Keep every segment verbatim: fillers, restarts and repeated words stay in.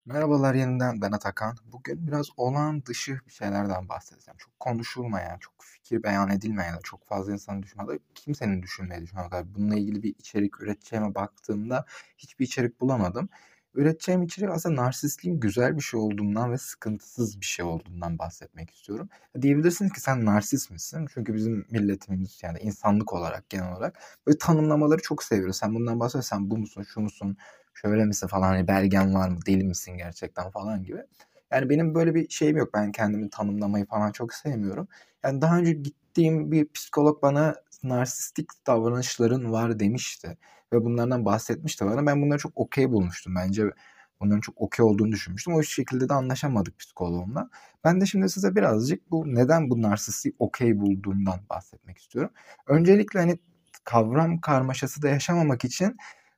Merhabalar yeniden ben Atakan. Bugün biraz olağan dışı bir şeylerden bahsedeceğim. Çok konuşulmayan, çok fikir beyan edilmeyen, çok fazla insanın düşünmediği, kimsenin düşünmediği şu ana kadar bununla ilgili bir içerik üreteceğime baktığımda hiçbir içerik bulamadım. Üreteceğim içerik aslında narsistliğin güzel bir şey olduğundan ve sıkıntısız bir şey olduğundan bahsetmek istiyorum. Diyebilirsiniz ki sen narsist misin? Çünkü bizim milletimiz yani insanlık olarak genel olarak böyle tanımlamaları çok seviyoruz. Sen bundan bahsediyorsan bu musun, şu musun? Şöyle misin falan hani belgen var mı deli misin gerçekten falan gibi. Yani benim böyle bir şeyim yok. Ben kendimi tanımlamayı falan çok sevmiyorum. Yani daha önce gittiğim bir psikolog bana narsistik davranışların var demişti. Ve bunlardan bahsetmişti bana. Ben bunları çok okey bulmuştum. Bence bunların çok okey olduğunu düşünmüştüm. O şekilde de anlaşamadık psikoloğumla. Ben de şimdi size birazcık bu neden bu narsistliği okey bulduğumdan bahsetmek istiyorum. Öncelikle hani kavram karmaşası da yaşamamak için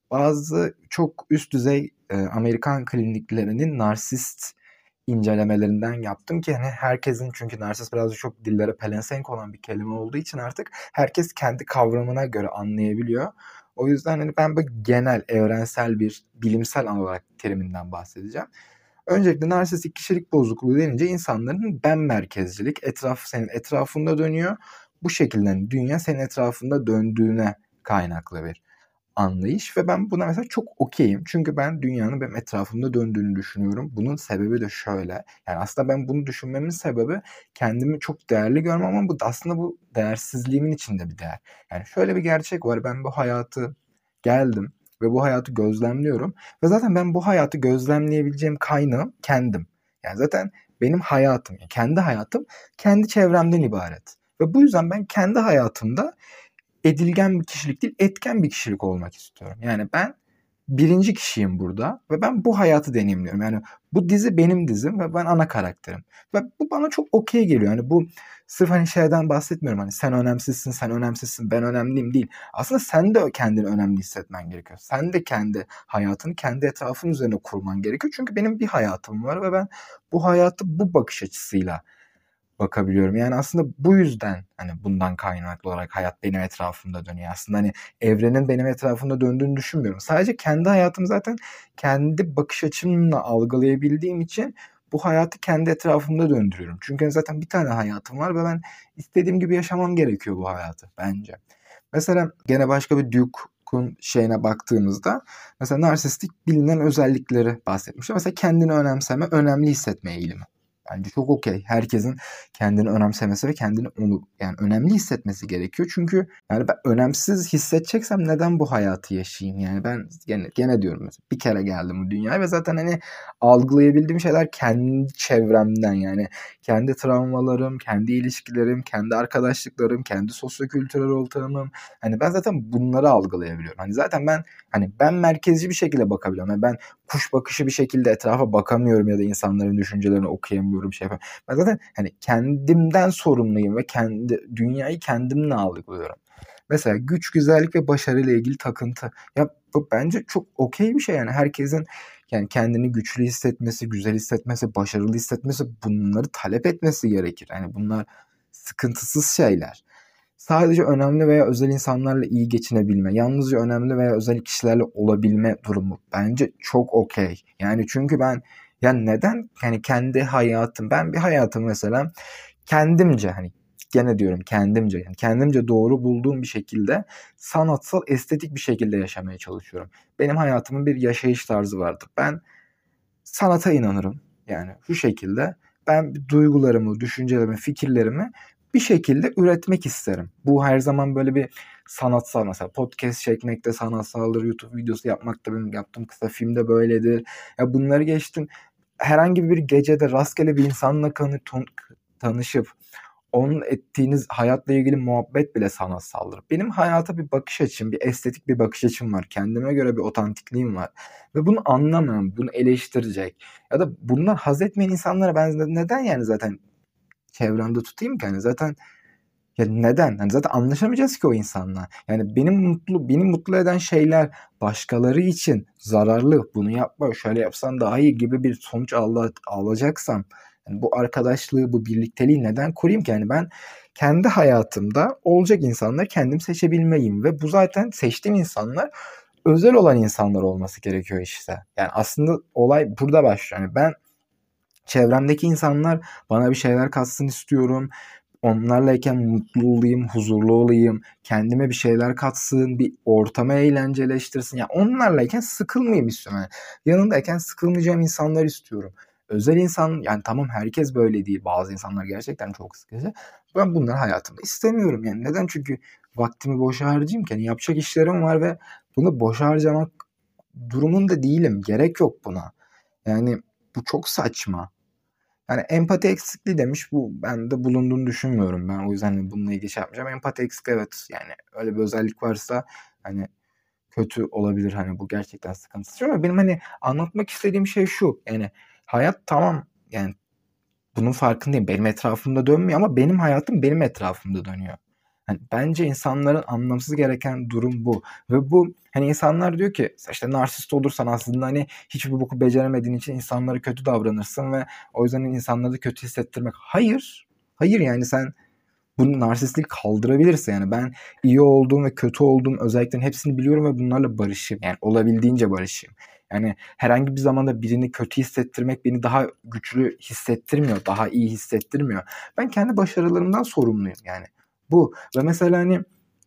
bazı çok üst düzey e, Amerikan kliniklerinin narsist incelemelerinden yaptım ki hani herkesin çünkü narsist birazcık çok dillere pelesenk olan bir kelime olduğu için artık herkes kendi kavramına göre anlayabiliyor. O yüzden hani ben böyle genel, evrensel bir bilimsel olarak teriminden bahsedeceğim. Öncelikle narsistik kişilik bozukluğu denince insanların ben merkezcilik, etraf senin etrafında dönüyor. Bu şekilde hani dünya senin etrafında döndüğüne kaynaklı bir anlayış ve ben buna mesela çok okeyim. Çünkü ben dünyanın benim etrafımda döndüğünü düşünüyorum. Bunun sebebi de şöyle. Yani aslında ben bunu düşünmemin sebebi kendimi çok değerli görmem ama bu aslında bu değersizliğimin içinde bir değer. Yani şöyle bir gerçek var. Ben bu hayatı geldim ve bu hayatı gözlemliyorum. Ve zaten ben bu hayatı gözlemleyebileceğim kaynağım kendim. Yani zaten benim hayatım, yani kendi hayatım kendi çevremden ibaret. Ve bu yüzden ben kendi hayatımda edilgen bir kişilik değil, etken bir kişilik olmak istiyorum. Yani ben birinci kişiyim burada ve ben bu hayatı deneyimliyorum. Yani bu dizi benim dizim ve ben ana karakterim. Ve bu bana çok okey geliyor. Yani bu sırf hani şeyden bahsetmiyorum. Hani sen önemsizsin, sen önemsizsin, ben önemliyim değil. Aslında sen de kendini önemli hissetmen gerekiyor. Sen de kendi hayatını kendi etrafın üzerine kurman gerekiyor. Çünkü benim bir hayatım var ve ben bu hayatı bu bakış açısıyla bakabiliyorum. Yani aslında bu yüzden hani bundan kaynaklı olarak hayat benim etrafımda dönüyor. Aslında hani evrenin benim etrafımda döndüğünü düşünmüyorum. Sadece kendi hayatım zaten kendi bakış açımla algılayabildiğim için bu hayatı kendi etrafımda döndürüyorum. Çünkü zaten bir tane hayatım var ve ben istediğim gibi yaşamam gerekiyor bu hayatı bence. Mesela gene başka bir Duke'un şeyine baktığımızda mesela narsistik bilinen özellikleri bahsetmiş. Mesela kendini önemseme, önemli hissetme eğilimi. Bence çok okey. Herkesin kendini önemsemesi ve kendini onu yani önemli hissetmesi gerekiyor. Çünkü yani ben önemsiz hissedeceksem neden bu hayatı yaşayayım? Yani ben gene, gene diyorum mesela bir kere geldim bu dünyaya ve zaten hani algılayabildiğim şeyler kendi çevremden yani kendi travmalarım, kendi ilişkilerim, kendi arkadaşlıklarım, kendi sosyokültürel ortamım. Hani ben zaten bunları algılayabiliyorum. Hani zaten ben hani ben merkezci bir şekilde bakabiliyorum. Yani ben kuş bakışı bir şekilde etrafa bakamıyorum ya da insanların düşüncelerini okuyamıyorum şey yapamıyorum. Ben zaten hani kendimden sorumluyum ve kendi dünyayı kendimle algılıyorum. Mesela güç, güzellik ve başarıyla ilgili takıntı. Ya bu bence çok okey bir şey yani herkesin yani kendini güçlü hissetmesi, güzel hissetmesi, başarılı hissetmesi bunları talep etmesi gerekir. Yani bunlar sıkıntısız şeyler. Sadece önemli veya özel insanlarla iyi geçinebilme, yalnızca önemli veya özel kişilerle olabilme durumu bence çok okey. Yani çünkü ben yani neden yani kendi hayatım ben bir hayatım mesela kendimce hani gene diyorum kendimce yani kendimce doğru bulduğum bir şekilde sanatsal estetik bir şekilde yaşamaya çalışıyorum. Benim hayatımın bir yaşayış tarzı vardır. Ben sanata inanırım. Yani şu şekilde ben duygularımı, düşüncelerimi, fikirlerimi bir şekilde üretmek isterim. Bu her zaman böyle bir sanatsal mesela podcast çekmek de sanatsaldır, YouTube videosu yapmak da benim yaptığım kısa filmde böyledir. Ya bunları geçtim. Herhangi bir gecede rastgele bir insanla tanışıp onun ettiğiniz hayatla ilgili muhabbet bile sanatsaldır. Benim hayata bir bakış açım, bir estetik bir bakış açım var. Kendime göre bir otantikliğim var. Ve bunu anlamam, bunu eleştirecek ya da bundan haz etmeyen insanlara ben neden yani zaten çevremde tutayım ki? Yani zaten ya neden? Hani zaten anlaşamayacağız ki o insanla. Yani benim mutlu, beni mutlu eden şeyler başkaları için zararlı. Bunu yapma, şöyle yapsan daha iyi gibi bir sonuç al alacaksam yani bu arkadaşlığı, bu birlikteliği neden kurayım ki? Yani ben kendi hayatımda olacak insanları kendim seçebilmeliyim ve bu zaten seçtiğim insanlar özel olan insanlar olması gerekiyor işte. Yani aslında olay burada başlıyor. Yani ben çevremdeki insanlar bana bir şeyler katsın istiyorum. Onlarlayken mutlu olayım, huzurlu olayım, kendime bir şeyler katsın, bir ortamı eğlenceleştirsin. Yani onlarlayken sıkılmayayım istiyorum. Yani yanındayken sıkılmayacağım insanlar istiyorum. Özel insan, yani tamam herkes böyle değil. Bazı insanlar gerçekten çok sıkıcı. Ben bunları hayatımda istemiyorum. Yani neden? Çünkü vaktimi boşa harcayayım ki. Yani yapacak işlerim var ve bunu boşa harcamak durumunda değilim. Gerek yok buna. Yani bu çok saçma. Yani empati eksikliği demiş. Bu ben de bulunduğunu düşünmüyorum. Ben o yüzden hani bununla ilgili şey yapmayacağım. Empati eksikliği, evet. Yani öyle bir özellik varsa hani kötü olabilir. Hani bu gerçekten sıkıntısı. Ama benim hani anlatmak istediğim şey şu. Yani hayat tamam. Yani bunun farkındayım. Benim etrafımda dönmüyor ama benim hayatım benim etrafımda dönüyor. Hani bence insanların anlaması gereken durum bu. Ve bu hani insanlar diyor ki işte narsist olursan aslında hani hiçbir boku beceremediğin için insanlara kötü davranırsın ve o yüzden insanları da kötü hissettirmek. Hayır. Hayır, yani sen bunu narsistlik kaldırabilirsin. Yani ben iyi olduğum ve kötü olduğum özelliklerin hepsini biliyorum ve bunlarla barışayım. Yani olabildiğince barışayım. Yani herhangi bir zamanda birini kötü hissettirmek beni daha güçlü hissettirmiyor. Daha iyi hissettirmiyor. Ben kendi başarılarımdan sorumluyum yani. Bu. Ve mesela hani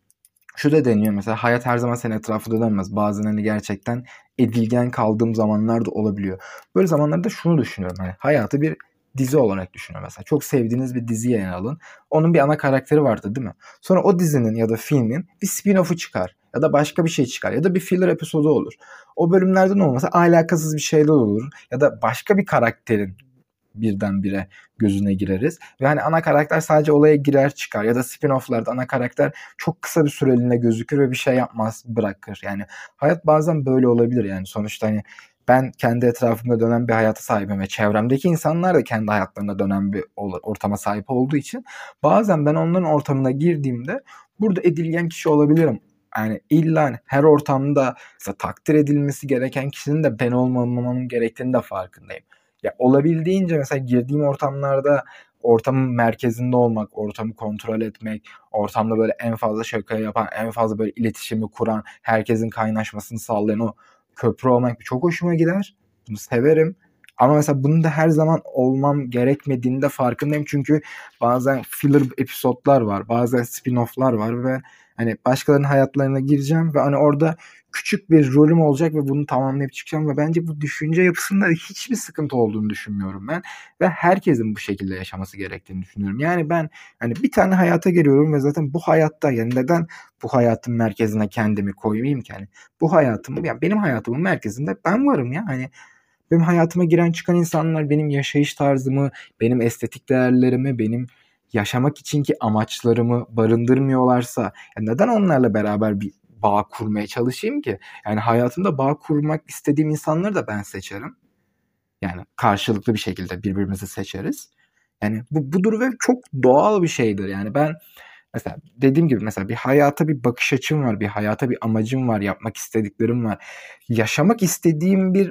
şu da deniyor mesela, hayat her zaman senin etrafında dönmez. Bazen hani gerçekten edilgen kaldığım zamanlar da olabiliyor. Böyle zamanlarda şunu düşünüyorum. Hani hayatı bir dizi olarak düşünüyorum mesela. Çok sevdiğiniz bir diziye yer alın. Onun bir ana karakteri vardı değil mi? Sonra o dizinin ya da filmin bir spin-off'u çıkar. Ya da başka bir şey çıkar. Ya da bir filler episodu olur. O bölümlerden olmasa alakasız bir şeyler olur. Ya da başka bir karakterin birdenbire gözüne gireriz. Ve hani ana karakter sadece olaya girer çıkar. Ya da spin-off'larda ana karakter çok kısa bir süreliğine gözükür ve bir şey yapmaz, bırakır. Yani hayat bazen böyle olabilir yani. Sonuçta hani ben kendi etrafımda dönen bir hayata sahibim ve çevremdeki insanlar da kendi hayatlarında dönen bir ortama sahip olduğu için bazen ben onların ortamına girdiğimde burada edilgen kişi olabilirim. Yani illa her ortamda mesela takdir edilmesi gereken kişinin de ben olmamamın gerektiğini de farkındayım. Ya olabildiğince mesela girdiğim ortamlarda ortamın merkezinde olmak, ortamı kontrol etmek, ortamda böyle en fazla şaka yapan, en fazla böyle iletişimi kuran, herkesin kaynaşmasını sağlayan o köprü olmak çok hoşuma gider. Bunu severim. Ama mesela bunun da her zaman olmam gerekmediğini de farkındayım. Çünkü bazen filler episodlar var, bazen spin-off'lar var ve hani başkalarının hayatlarına gireceğim ve hani orada küçük bir rolüm olacak ve bunu tamamlayıp çıkacağım ve bence bu düşünce yapısında hiçbir sıkıntı olduğunu düşünmüyorum ben ve herkesin bu şekilde yaşaması gerektiğini düşünüyorum. Yani ben hani bir tane hayata geliyorum ve zaten bu hayatta, yani neden bu hayatın merkezine kendimi koymayayım ki? Yani bu hayatım, yani benim hayatımın merkezinde ben varım ya. Hani benim hayatıma giren çıkan insanlar benim yaşayış tarzımı, benim estetik değerlerimi, benim yaşamak içinki amaçlarımı barındırmıyorlarsa ya neden onlarla beraber bir bağ kurmaya çalışayım ki? Yani hayatımda bağ kurmak istediğim insanları da ben seçerim. Yani karşılıklı bir şekilde birbirimizi seçeriz. Yani bu budur ve çok doğal bir şeydir. Yani ben mesela dediğim gibi mesela bir hayata bir bakış açım var, bir hayata bir amacım var, yapmak istediklerim var. Yaşamak istediğim bir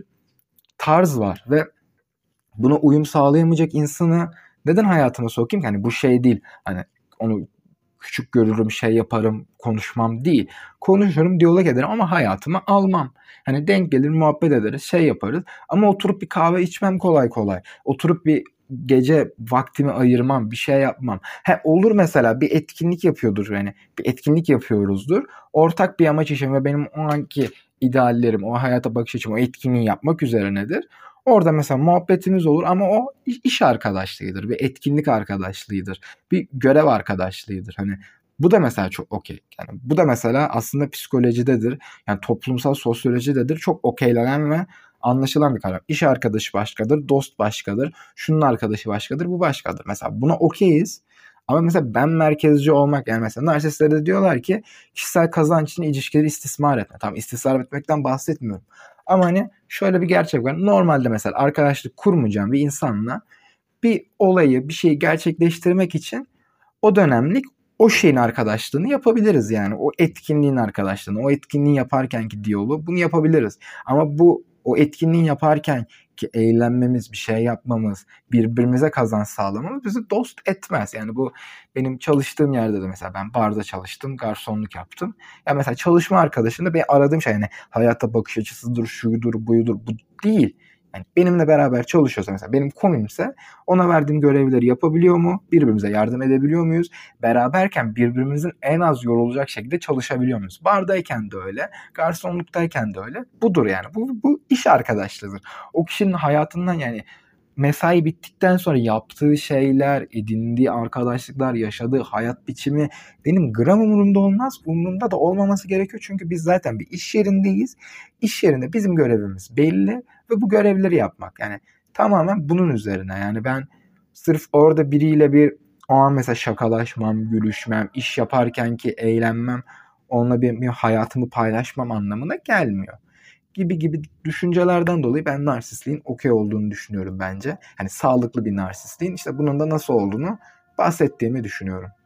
tarz var ve buna uyum sağlayamayacak insanı neden hayatıma sokayım ki? Hani bu şey değil. Hani onu küçük görürüm, şey yaparım, konuşmam değil. Konuşurum, diyalog ederim ama hayatıma almam. Hani denk gelir, muhabbet ederiz, şey yaparız. Ama oturup bir kahve içmem kolay kolay. Oturup bir gece vaktimi ayırmam, bir şey yapmam. He, olur mesela bir etkinlik yapıyordur yani. Bir etkinlik yapıyoruzdur. Ortak bir amaç için ve benim o anki ideallerim, o hayata bakış açım, o etkinliği yapmak üzerinedir. Orada mesela muhabbetimiz olur ama o iş arkadaşlığıdır, bir etkinlik arkadaşlığıdır, bir görev arkadaşlığıdır. Hani bu da mesela çok okey. Yani bu da mesela aslında psikolojidedir. Yani toplumsal sosyolojidedir. Çok okeylenen ve anlaşılan bir kavram. İş arkadaşı başkadır, dost başkadır, şunun arkadaşı başkadır, bu başkadır. Mesela buna okeyiz. Ama mesela ben merkezci olmak, yani mesela narsistler de diyorlar ki kişisel kazanç için ilişkileri istismar etme. Tamam, istismar etmekten bahsetmiyorum. Ama hani şöyle bir gerçek var. Normalde mesela arkadaşlık kurmayacağım bir insanla bir olayı, bir şeyi gerçekleştirmek için o dönemlik o şeyin arkadaşlığını yapabiliriz yani. O etkinliğin arkadaşlığını, o etkinliği yaparkenki diyaloğu bunu yapabiliriz. Ama bu o etkinliği yaparken ki eğlenmemiz, bir şey yapmamız, birbirimize kazanç sağlamamız bizi dost etmez. Yani bu benim çalıştığım yerde de mesela ben barda çalıştım, garsonluk yaptım. Ya mesela çalışma arkadaşında ben aradığım şey yani hayata bakış açısıdır, şuydur, buyudur, bu değil. Yani benimle beraber çalışıyorsa mesela benim komimse ona verdiğim görevleri yapabiliyor mu? Birbirimize yardım edebiliyor muyuz? Beraberken birbirimizin en az yorulacak şekilde çalışabiliyor muyuz? Bardayken de öyle, garsonluktayken de öyle. Budur yani. Bu, bu iş arkadaşlığıdır. O kişinin hayatından yani mesai bittikten sonra yaptığı şeyler, edindiği arkadaşlıklar, yaşadığı hayat biçimi benim gram umurumda olmaz. Umurumda da olmaması gerekiyor. Çünkü biz zaten bir iş yerindeyiz. İş yerinde bizim görevimiz belli ve bu görevleri yapmak. Yani tamamen bunun üzerine. Yani ben sırf orada biriyle bir o an mesela şakalaşmam, gülüşmem, iş yaparken ki eğlenmem, onunla bir, bir hayatımı paylaşmam anlamına gelmiyor. Gibi gibi düşüncelerden dolayı ben narsistliğin okey olduğunu düşünüyorum bence. Hani sağlıklı bir narsistliğin. İşte bunun da nasıl olduğunu bahsettiğimi düşünüyorum.